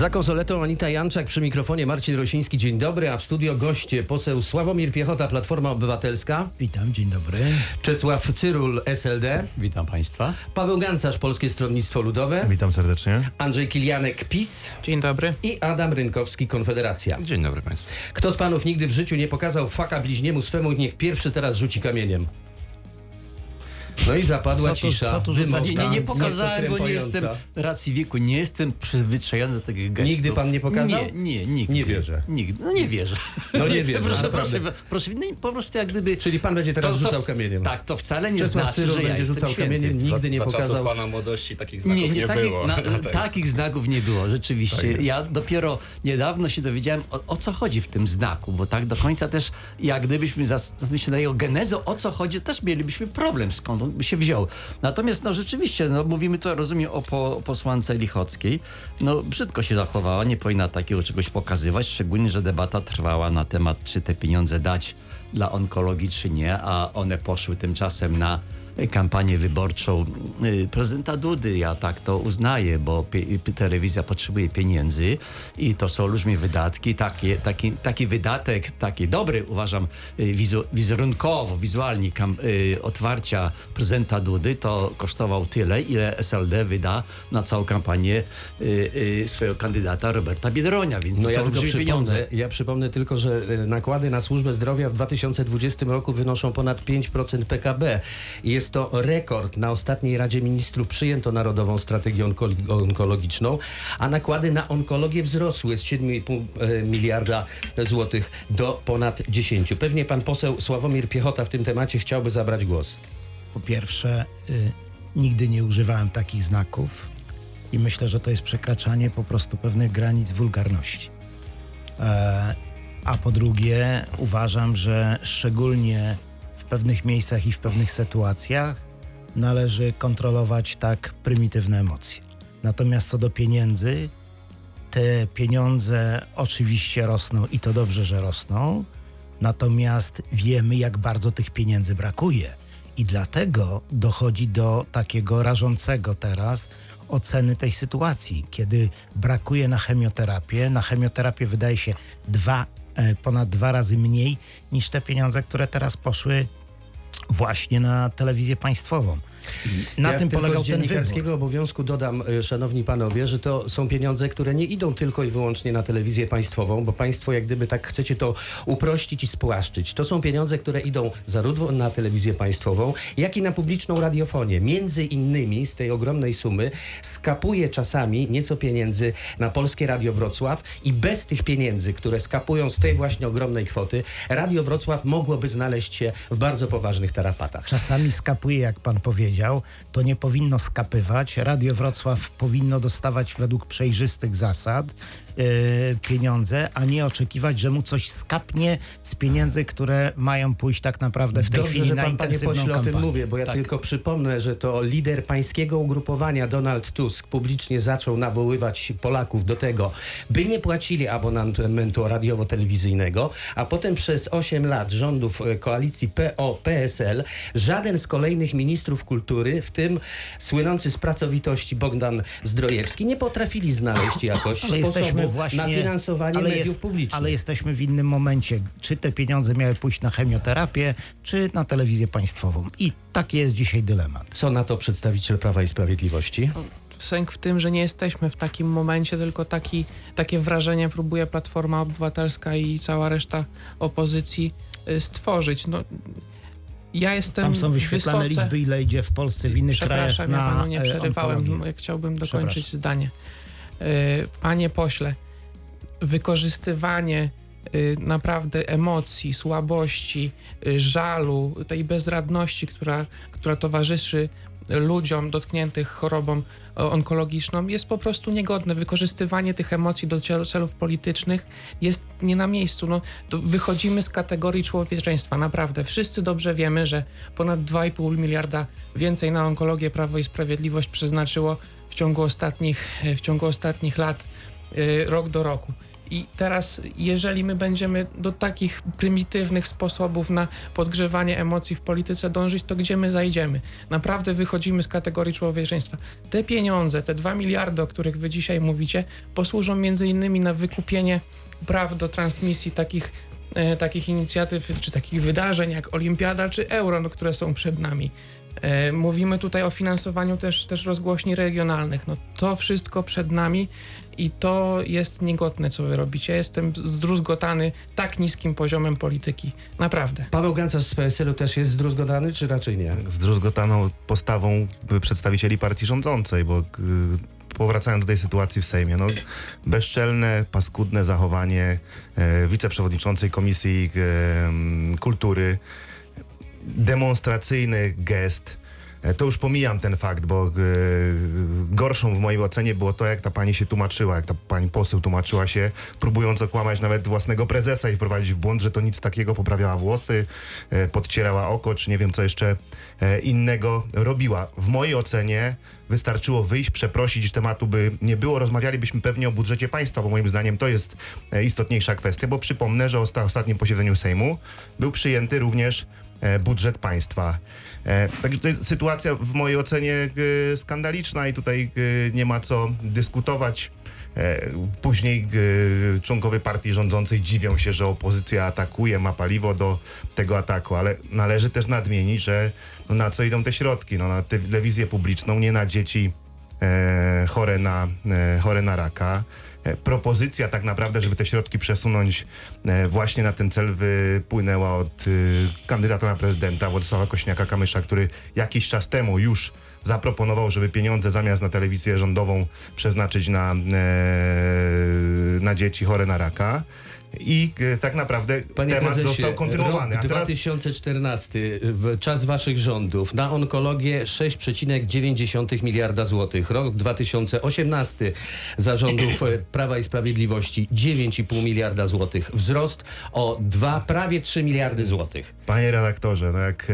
Za konsoletą Anita Janczak, przy mikrofonie Marcin Rosiński. Dzień dobry, a w studio goście poseł Sławomir Piechota, Platforma Obywatelska. Witam, dzień dobry. Czesław Cyrul, SLD. Witam Państwa. Paweł Gancarz, Polskie Stronnictwo Ludowe. Witam serdecznie. Andrzej Kilianek, PiS. Dzień dobry. I Adam Rynkowski, Konfederacja. Dzień dobry Państwu. Kto z panów nigdy w życiu nie pokazał faka bliźniemu swemu, niech pierwszy teraz rzuci kamieniem. No i zapadła cisza. co tu wymowka, rzucać? Nie pokazałem, bo nie krępująca. jestem, racji wieku, nie jestem przyzwyczajony do takich gestów. Nigdy pan nie pokazał? Nie, nigdy. Nie wierzę. Nigdy. No nie wierzę. No nie wierzę, naprawdę. proszę, no i po prostu jak gdyby... Czyli pan będzie teraz rzucał kamieniem. Tak, to wcale nie Czesław znaczy, Cyrul że ja będzie jestem rzucał święty. kamieniem, nigdy nie za pokazał. czasów pana młodości takich znaków nie było. Takich znaków nie było, rzeczywiście. Tak Ja dopiero niedawno się dowiedziałem, o co chodzi w tym znaku, bo tak do końca też, jak gdybyśmy zastanowili się na jego genezę, o co chodzi, też mielibyśmy problem, skąd on by się wziął. Natomiast no rzeczywiście, no mówimy tu, rozumiem, o posłance Lichockiej. No brzydko się zachowała, nie powinna takiego czegoś pokazywać, szczególnie, że debata trwała na temat, czy te pieniądze dać dla onkologii, czy nie, a one poszły tymczasem na kampanię wyborczą prezydenta Dudy. Ja tak to uznaję, bo telewizja potrzebuje pieniędzy i to są olbrzymie wydatki. Taki wydatek, taki dobry, uważam, wizerunkowo, wizualnie otwarcia prezydenta Dudy to kosztował tyle, ile SLD wyda na całą kampanię swojego kandydata Roberta Biedronia, więc to są olbrzymie pieniądze. Ja przypomnę tylko, że nakłady na służbę zdrowia w 2020 roku wynoszą ponad 5% PKB. Jest to rekord. Na ostatniej Radzie Ministrów przyjęto Narodową Strategię Onkologiczną, a nakłady na onkologię wzrosły z 7,5 miliarda złotych do ponad 10. Pewnie pan poseł Sławomir Piechota w tym temacie chciałby zabrać głos. Po pierwsze, nigdy nie używałem takich znaków i myślę, że to jest przekraczanie po prostu pewnych granic wulgarności. A po drugie, uważam, że szczególnie w pewnych miejscach i w pewnych sytuacjach należy kontrolować tak prymitywne emocje. Natomiast co do pieniędzy, te pieniądze oczywiście rosną i to dobrze, że rosną, natomiast wiemy, jak bardzo tych pieniędzy brakuje. I dlatego dochodzi do takiego rażącego teraz oceny tej sytuacji, kiedy brakuje na chemioterapię. Na chemioterapię wydaje się ponad 2 razy mniej niż te pieniądze, które teraz poszły właśnie na telewizję państwową. I na tym polegał z ten wybór. dziennikarskiego obowiązku dodam, szanowni panowie, że to są pieniądze, które nie idą tylko i wyłącznie na telewizję państwową, bo państwo jak gdyby tak chcecie to uprościć i spłaszczyć. To są pieniądze, które idą zarówno na telewizję państwową, jak i na publiczną radiofonię. Między innymi z tej ogromnej sumy skapuje czasami nieco pieniędzy na Polskie Radio Wrocław i bez tych pieniędzy, które skapują z tej właśnie ogromnej kwoty, Radio Wrocław mogłoby znaleźć się w bardzo poważnych tarapatach. Czasami skapuje, jak pan powiedział, to nie powinno skapywać. Radio Wrocław powinno dostawać według przejrzystych zasad pieniądze, a nie oczekiwać, że mu coś skapnie z pieniędzy, które mają pójść tak naprawdę w tej Dobrze, chwili że na pan, panie intensywną pośle, kampanię. o tym mówię, bo ja tylko przypomnę, że to lider pańskiego ugrupowania Donald Tusk publicznie zaczął nawoływać Polaków do tego, by nie płacili abonamentu radiowo-telewizyjnego, a potem przez 8 lat rządów koalicji PO-PSL żaden z kolejnych ministrów kultury, w tym słynący z pracowitości Bogdan Zdrojewski, nie potrafili znaleźć jakoś sposobu na finansowanie mediów publicznych. Ale jesteśmy w innym momencie. Czy te pieniądze miały pójść na chemioterapię, czy na telewizję państwową? I taki jest dzisiaj dylemat. Co na to przedstawiciel Prawa i Sprawiedliwości? Sęk w tym, że nie jesteśmy w takim momencie, tylko takie wrażenie próbuje Platforma Obywatelska i cała reszta opozycji stworzyć. No, ja jestem Tam są wyświetlane liczby, ile idzie w Polsce, w innych krajach na Przepraszam, ja panu nie przerywałem, onkologię. chciałbym dokończyć zdanie. Panie pośle, wykorzystywanie naprawdę emocji, słabości, żalu, tej bezradności, która towarzyszy ludziom dotkniętych chorobą onkologiczną, jest po prostu niegodne. Wykorzystywanie tych emocji do celów politycznych jest nie na miejscu. No, to wychodzimy z kategorii człowieczeństwa, naprawdę. Wszyscy dobrze wiemy, że ponad 2,5 miliarda więcej na onkologię Prawo i Sprawiedliwość przeznaczyło w ciągu ostatnich lat, rok do roku. I teraz, jeżeli my będziemy do takich prymitywnych sposobów na podgrzewanie emocji w polityce dążyć, to gdzie my zajdziemy? Naprawdę wychodzimy z kategorii człowieczeństwa. Te pieniądze, te 2 miliardy, o których wy dzisiaj mówicie, posłużą między innymi na wykupienie praw do transmisji takich inicjatyw, czy takich wydarzeń jak Olimpiada, czy Euro, no, które są przed nami. Mówimy tutaj o finansowaniu też rozgłośni regionalnych. No, to wszystko przed nami i to jest niegodne, co wy robicie. Jestem zdruzgotany tak niskim poziomem polityki. Naprawdę. Paweł Gancarz z PSL-u też jest zdruzgotany, czy raczej nie? Zdruzgotaną postawą przedstawicieli partii rządzącej, bo powracając do tej sytuacji w Sejmie, no, bezczelne, paskudne zachowanie wiceprzewodniczącej Komisji Kultury, demonstracyjny gest. To już pomijam ten fakt, bo gorszą w mojej ocenie było to, jak ta pani się tłumaczyła, jak ta pani poseł tłumaczyła się, próbując okłamać nawet własnego prezesa i wprowadzić w błąd, że to nic takiego, poprawiała włosy, podcierała oko, czy nie wiem co jeszcze innego robiła. W mojej ocenie wystarczyło wyjść, przeprosić, tematu by nie było, rozmawialibyśmy pewnie o budżecie państwa, bo moim zdaniem to jest istotniejsza kwestia, bo przypomnę, że na ostatnim posiedzeniu Sejmu był przyjęty również budżet państwa. Także to jest sytuacja w mojej ocenie skandaliczna i tutaj nie ma co dyskutować. Później członkowie partii rządzącej dziwią się, że opozycja atakuje, ma paliwo do tego ataku, ale należy też nadmienić, że no na co idą te środki? No na telewizję publiczną, nie na dzieci chore na raka. Propozycja tak naprawdę, żeby te środki przesunąć właśnie na ten cel, wypłynęła od kandydata na prezydenta Władysława Kosiniaka-Kamysza, który jakiś czas temu już zaproponował, żeby pieniądze zamiast na telewizję rządową przeznaczyć na dzieci chore na raka. I tak naprawdę Panie temat prezesie, został kontynuowany. Rok 2014, czas waszych rządów, na onkologię 6,9 miliarda złotych. Rok 2018 za rządów Prawa i Sprawiedliwości 9,5 miliarda złotych. Wzrost o prawie 3 miliardy złotych. Panie redaktorze, no jak,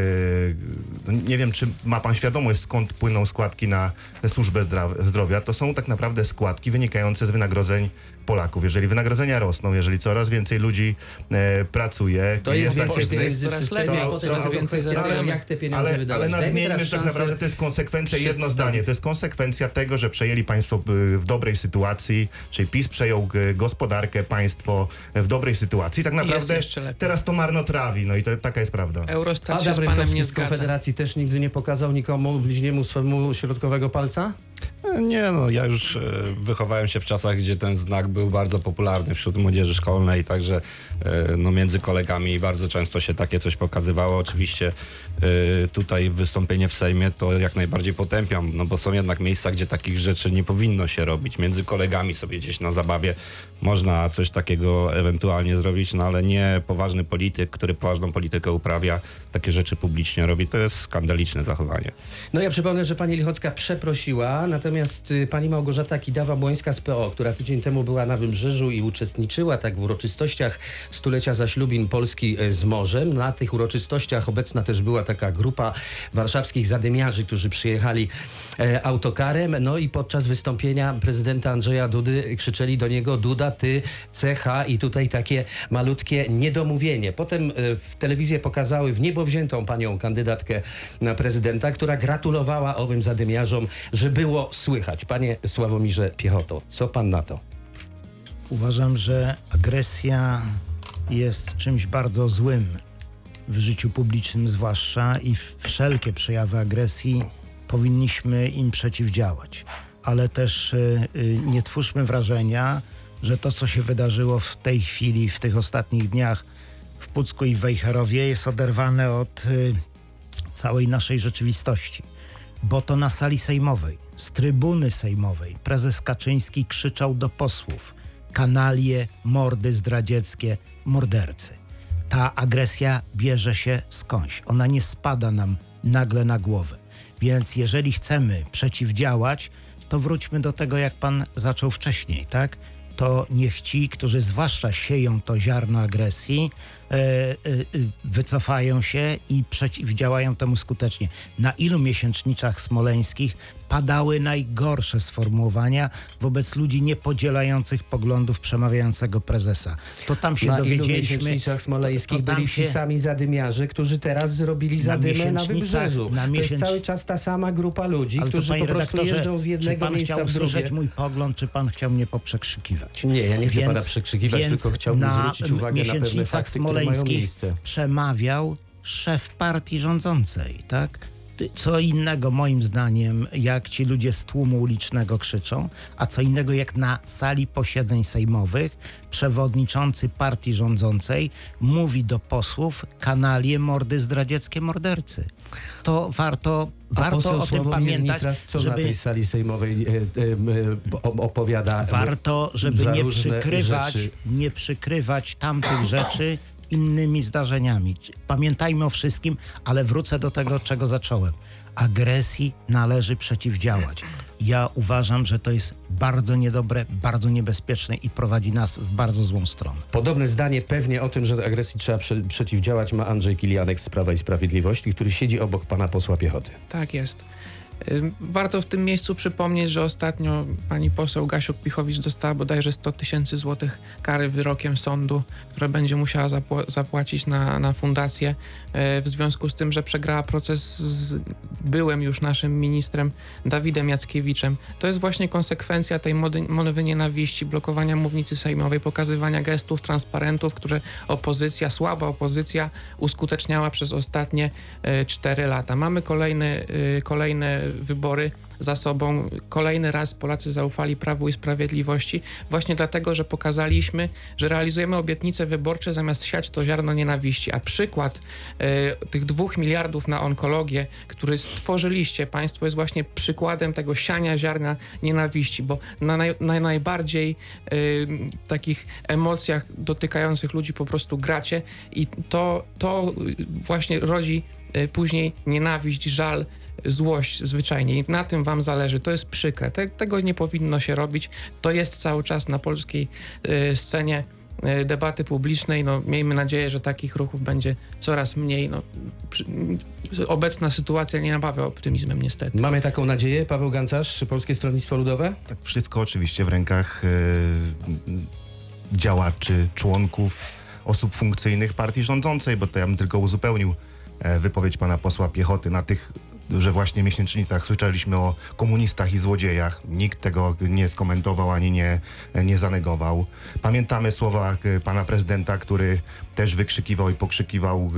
nie wiem, czy ma pan świadomość, skąd płyną składki na służbę zdrowia. To są tak naprawdę składki wynikające z wynagrodzeń Polaków. Jeżeli wynagrodzenia rosną, jeżeli coraz więcej ludzi pracuje... To jest więcej Polsce pieniędzy jest w coraz systemie, lepiej, a potem coraz jest więcej kwestia tego, zarabiamy. jak te pieniądze ale wydawać. nadmieńmy, że tak naprawdę to jest konsekwencja, jedno zdanie, to jest konsekwencja tego, że przejęli państwo w dobrej sytuacji, czyli PiS przejął gospodarkę, państwo w dobrej sytuacji. Tak naprawdę teraz to marnotrawi, no i to taka jest prawda. Eurostat się Adam z panem Rynkowski nie z zgadza. Konfederacji też nigdy nie pokazał nikomu bliźniemu swemu środkowego palca? Nie, no ja już wychowałem się w czasach, gdzie ten znak był bardzo popularny wśród młodzieży szkolnej, także no, między kolegami bardzo często się takie coś pokazywało. Oczywiście tutaj wystąpienie w Sejmie to jak najbardziej potępiam, no bo są jednak miejsca, gdzie takich rzeczy nie powinno się robić. Między kolegami sobie gdzieś na zabawie można coś takiego ewentualnie zrobić, no ale nie poważny polityk, który poważną politykę uprawia, takie rzeczy publicznie robi. To jest skandaliczne zachowanie. No ja przypomnę, że pani Lichocka przeprosiła, natomiast pani Małgorzata Kidawa-Błońska z PO, która tydzień temu była na Wybrzeżu i uczestniczyła tak w uroczystościach stulecia zaślubin Polski z morzem. Na tych uroczystościach obecna też była taka grupa warszawskich zadymiarzy, którzy przyjechali autokarem. No i podczas wystąpienia prezydenta Andrzeja Dudy krzyczeli do niego: Duda, ty, CH, i tutaj takie malutkie niedomówienie. Potem w telewizję pokazały w niebo wziętą panią kandydatkę na prezydenta, która gratulowała owym zadymiarzom, że było słychać. Panie Sławomirze Piechoto, co pan na to? Uważam, że agresja jest czymś bardzo złym w życiu publicznym zwłaszcza i wszelkie przejawy agresji powinniśmy im przeciwdziałać. Ale też nie twórzmy wrażenia, że to, co się wydarzyło w tej chwili, w tych ostatnich dniach w Pucku i w Wejherowie, jest oderwane od całej naszej rzeczywistości. Bo to na sali sejmowej, z trybuny sejmowej prezes Kaczyński krzyczał do posłów: kanalie, mordy zdradzieckie, mordercy. Ta agresja bierze się skądś. Ona nie spada nam nagle na głowę. Więc jeżeli chcemy przeciwdziałać, to wróćmy do tego, jak pan zaczął wcześniej, tak? To niech ci, którzy zwłaszcza sieją to ziarno agresji, wycofają się i przeciwdziałają temu skutecznie. Na ilu miesięczniczach smoleńskich padały najgorsze sformułowania wobec ludzi niepodzielających poglądów przemawiającego prezesa. To tam się Na ilu dowiedzieliśmy... miesięczniczach smoleńskich to tam byli ci się- sami zadymiarze, którzy teraz zrobili zadymę na Wybrzeżu. To jest cały czas ta sama grupa ludzi, Ale to, którzy panie po prostu redaktorze, jeżdżą z czy jednego pan miejsca chciał w drugie. usłyszeć mój pogląd, czy pan chciał mnie poprzekrzykiwać? Nie, ja nie chcę Więc- pana przekrzykiwać, więc tylko chciałbym na zwrócić uwagę na pewne miesięcznicach fakty, które mają smoleńskich miejsce. przemawiał szef partii rządzącej, tak? Co innego moim zdaniem, jak ci ludzie z tłumu ulicznego krzyczą, a co innego jak na sali posiedzeń sejmowych przewodniczący partii rządzącej mówi do posłów kanalie, mordy, zdradzieckie mordercy. To warto poseł o tym Sławomir pamiętać, Nitras, co na żeby... tej sali sejmowej opowiada Warto, żeby za nie różne rzeczy. nie przykrywać tamtych rzeczy innymi zdarzeniami. Pamiętajmy o wszystkim, ale wrócę do tego, czego zacząłem. Agresji należy przeciwdziałać. Ja uważam, że to jest bardzo niedobre, bardzo niebezpieczne i prowadzi nas w bardzo złą stronę. Podobne zdanie pewnie o tym, że agresji trzeba przeciwdziałać, ma Andrzej Kilianek z Prawa i Sprawiedliwości, który siedzi obok pana posła Piechoty. Tak jest. Warto w tym miejscu przypomnieć, że ostatnio pani poseł Gasiuk-Pichowicz dostała bodajże 100 000 złotych kary wyrokiem sądu, które będzie musiała zapłacić na fundację w związku z tym, że przegrała proces z byłym już naszym ministrem Dawidem Jackiewiczem. To jest właśnie konsekwencja tej mowy nienawiści, blokowania mównicy sejmowej, pokazywania gestów, transparentów, które słaba opozycja uskuteczniała przez ostatnie 4 lata. Mamy kolejne wybory za sobą. Kolejny raz Polacy zaufali Prawu i Sprawiedliwości właśnie dlatego, że pokazaliśmy, że realizujemy obietnice wyborcze zamiast siać to ziarno nienawiści. A przykład tych 2 miliardów na onkologię, który stworzyliście państwo, jest właśnie przykładem tego siania ziarna nienawiści, bo na najbardziej takich emocjach dotykających ludzi po prostu gracie i to właśnie rodzi później nienawiść, żal, złość zwyczajnie i na tym wam zależy. To jest przykre. Tego nie powinno się robić. To jest cały czas na polskiej scenie debaty publicznej. No, miejmy nadzieję, że takich ruchów będzie coraz mniej. No, obecna sytuacja nie napawa optymizmem niestety. Mamy taką nadzieję. Paweł Gancarz, Polskie Stronnictwo Ludowe? Tak, wszystko oczywiście w rękach działaczy, członków, osób funkcyjnych partii rządzącej, bo to ja bym tylko uzupełnił wypowiedź pana posła Piechoty na tych, że właśnie miesięcznicach słyszeliśmy o komunistach i złodziejach. Nikt tego nie skomentował ani nie zanegował. Pamiętamy słowa pana prezydenta, który też wykrzykiwał i pokrzykiwał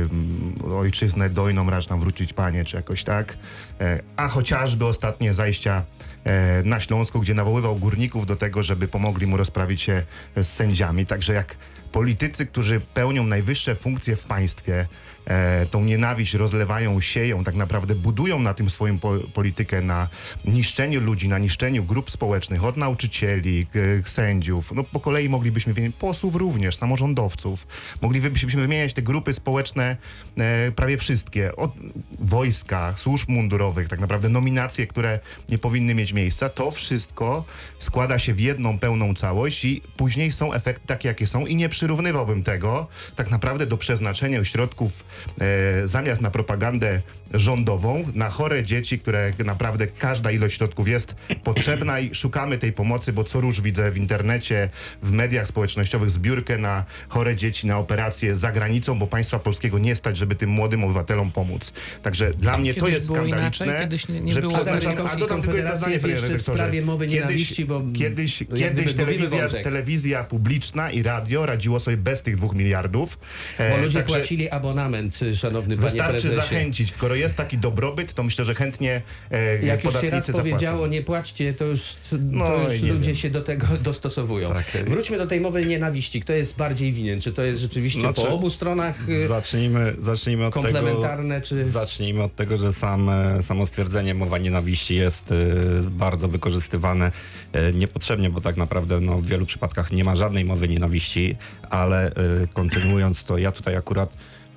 ojczyznę dojną racz nam wrócić, panie, czy jakoś tak. A chociażby ostatnie zajścia na Śląsku, gdzie nawoływał górników do tego, żeby pomogli mu rozprawić się z sędziami. Także jak politycy, którzy pełnią najwyższe funkcje w państwie, tą nienawiść rozlewają, sieją, tak naprawdę budują na tym swoją politykę, na niszczeniu ludzi, na niszczeniu grup społecznych, od nauczycieli, sędziów, no po kolei moglibyśmy wymienić posłów również, samorządowców, moglibyśmy wymieniać te grupy społeczne prawie wszystkie, od wojska, służb mundurowych, tak naprawdę nominacje, które nie powinny mieć miejsca, to wszystko składa się w jedną pełną całość i później są efekty takie, jakie są i nie przyrównywałbym tego tak naprawdę do przeznaczenia środków zamiast na propagandę rządową, na chore dzieci, które naprawdę każda ilość środków jest potrzebna i szukamy tej pomocy, bo co róż widzę w internecie, w mediach społecznościowych zbiórkę na chore dzieci, na operacje za granicą, bo państwa polskiego nie stać, żeby tym młodym obywatelom pomóc. Także Dla mnie to jest skandaliczne, inaczej, kiedyś nie że było Adam Czarnkowski, Konfederacja jeszcze w sprawie mowy nienawiści, bo kiedyś telewizja telewizja publiczna i radio radziło sobie bez tych 2 miliardów. Bo ludzie płacili abonament, szanowny panie wystarczy prezesie. Zachęcić. Skoro jest taki dobrobyt, to myślę, że chętnie jak już się raz zapłacą. powiedziało, nie płaćcie, to już ludzie się do tego dostosowują. Tak. Wróćmy do tej mowy nienawiści. Kto jest bardziej winien? Czy to jest rzeczywiście po obu stronach zacznijmy od komplementarne? Zacznijmy od tego, że samo stwierdzenie mowa nienawiści jest bardzo wykorzystywane niepotrzebnie, bo tak naprawdę w wielu przypadkach nie ma żadnej mowy nienawiści, ale kontynuując to, ja tutaj akurat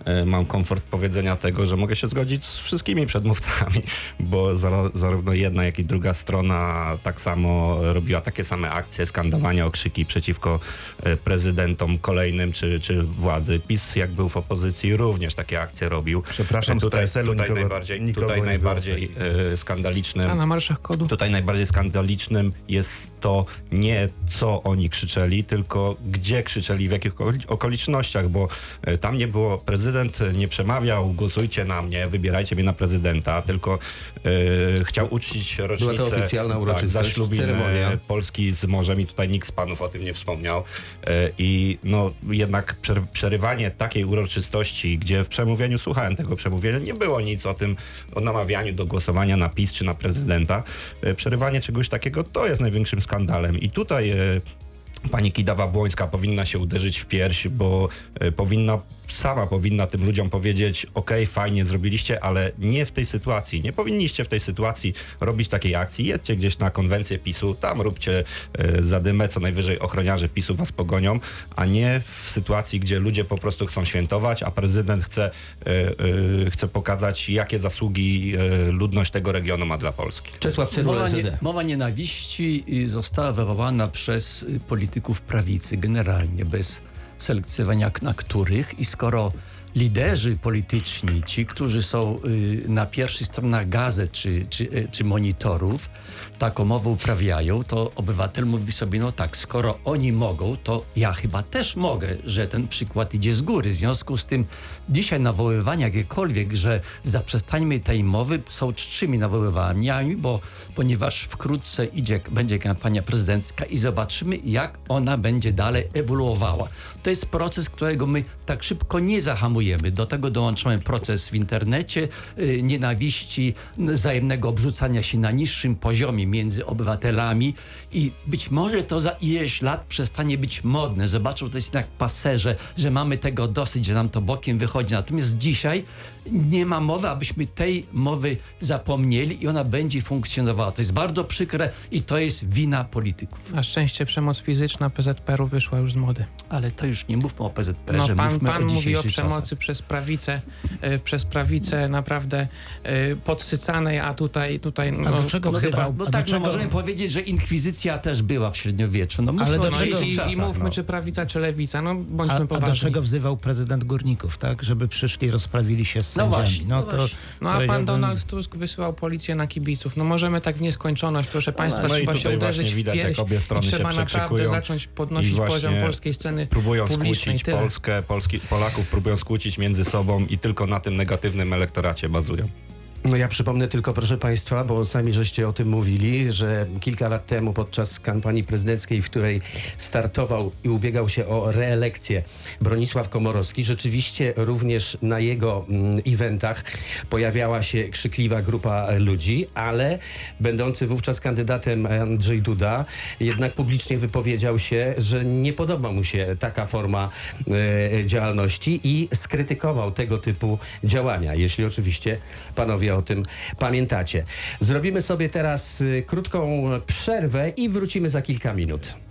mam komfort powiedzenia tego, że mogę się zgodzić z wszystkimi przedmówcami, bo zarówno jedna, jak i druga strona tak samo robiła takie same akcje, skandowania, okrzyki przeciwko prezydentom kolejnym czy władzy. PiS, jak był w opozycji, również takie akcje robił. Przepraszam, z PSL-u tutaj najbardziej skandalicznym. A na marszach kodu? Tutaj najbardziej skandalicznym jest to nie co oni krzyczeli, tylko gdzie krzyczeli, w jakich okolicznościach, bo tam nie było, prezydent nie przemawiał, głosujcie na mnie, wybierajcie mnie na prezydenta, tylko chciał uczcić rocznicę. Była to oficjalna uroczystość, zaślubin ceremonia. Polski z morzem i tutaj nikt z panów o tym nie wspomniał. I no jednak przerywanie takiej uroczystości, gdzie w przemówieniu, słuchałem tego przemówienia, nie było nic o tym, o namawianiu do głosowania na PiS czy na prezydenta. Przerywanie czegoś takiego to jest największym skandalem. I tutaj pani Kidawa-Błońska powinna się uderzyć w pierś, bo powinna tym ludziom powiedzieć: okej, fajnie zrobiliście, ale nie w tej sytuacji. Nie powinniście w tej sytuacji robić takiej akcji. Jedźcie gdzieś na konwencję PiS-u, tam róbcie zadymę, co najwyżej ochroniarze PiS-u was pogonią, a nie w sytuacji, gdzie ludzie po prostu chcą świętować, a prezydent chce pokazać, jakie zasługi ludność tego regionu ma dla Polski. Czesław Cyrula, SED. Mowa nienawiści została wywołana przez polityków prawicy generalnie, bez selekcjonowania na których, i skoro liderzy polityczni, ci, którzy są na pierwszych stronach gazet czy monitorów, taką mowę uprawiają, to obywatel mówi sobie: no tak, skoro oni mogą, to ja chyba też mogę, że ten przykład idzie z góry. W związku z tym dzisiaj nawoływania jakiekolwiek, że zaprzestańmy tej mowy, są czczymi nawoływaniami, ponieważ wkrótce będzie kampania prezydencka i zobaczymy, jak ona będzie dalej ewoluowała. To jest proces, którego my tak szybko nie zahamujemy. Do tego dołączamy proces w internecie, nienawiści, wzajemnego obrzucania się na niższym poziomie między obywatelami i być może to za ileś lat przestanie być modne. Zobaczą, to jest jak paserze, że mamy tego dosyć, że nam to bokiem wychodzi. Natomiast dzisiaj nie ma mowy, abyśmy tej mowy zapomnieli i ona będzie funkcjonowała. To jest bardzo przykre i to jest wina polityków. Na szczęście przemoc fizyczna PZPR-u wyszła już z mody. Ale to już nie mówmy o PZPR-ze, No, mówmy pan o mówi o dzisiejszych przemocy czasach. przez prawicę naprawdę podsycanej, a tutaj A do czego wzywał? No a tak, do czego, możemy powiedzieć, że inkwizycja też była w średniowieczu. No mówmy Ale do o czego- dzisiejszych i czasach. mówmy, czy prawica, czy lewica. No bądźmy a do poważni. czego wzywał prezydent Górników, tak? Żeby przyszli, rozprawili się z No sędziami. właśnie, no to właśnie. No a pan powiedziałbym- Donald Tusk wysyłał policję na kibiców. No możemy tak w nieskończoność, proszę państwa, No i trzeba się tutaj uderzyć właśnie w widać, jak pierś obie strony i się trzeba naprawdę przekrzykują zacząć podnosić i właśnie poziom polskiej sceny próbują publicznej. skłócić Tyle. Polskę, Polaków próbują skłócić między sobą i tylko na tym negatywnym elektoracie bazują. No ja przypomnę tylko, proszę państwa, bo sami żeście o tym mówili, że kilka lat temu podczas kampanii prezydenckiej, w której startował i ubiegał się o reelekcję Bronisław Komorowski, rzeczywiście również na jego eventach pojawiała się krzykliwa grupa ludzi, ale będący wówczas kandydatem Andrzej Duda jednak publicznie wypowiedział się, że nie podoba mu się taka forma działalności i skrytykował tego typu działania, jeśli oczywiście panowie o tym pamiętacie. Zrobimy sobie teraz krótką przerwę i wrócimy za kilka minut.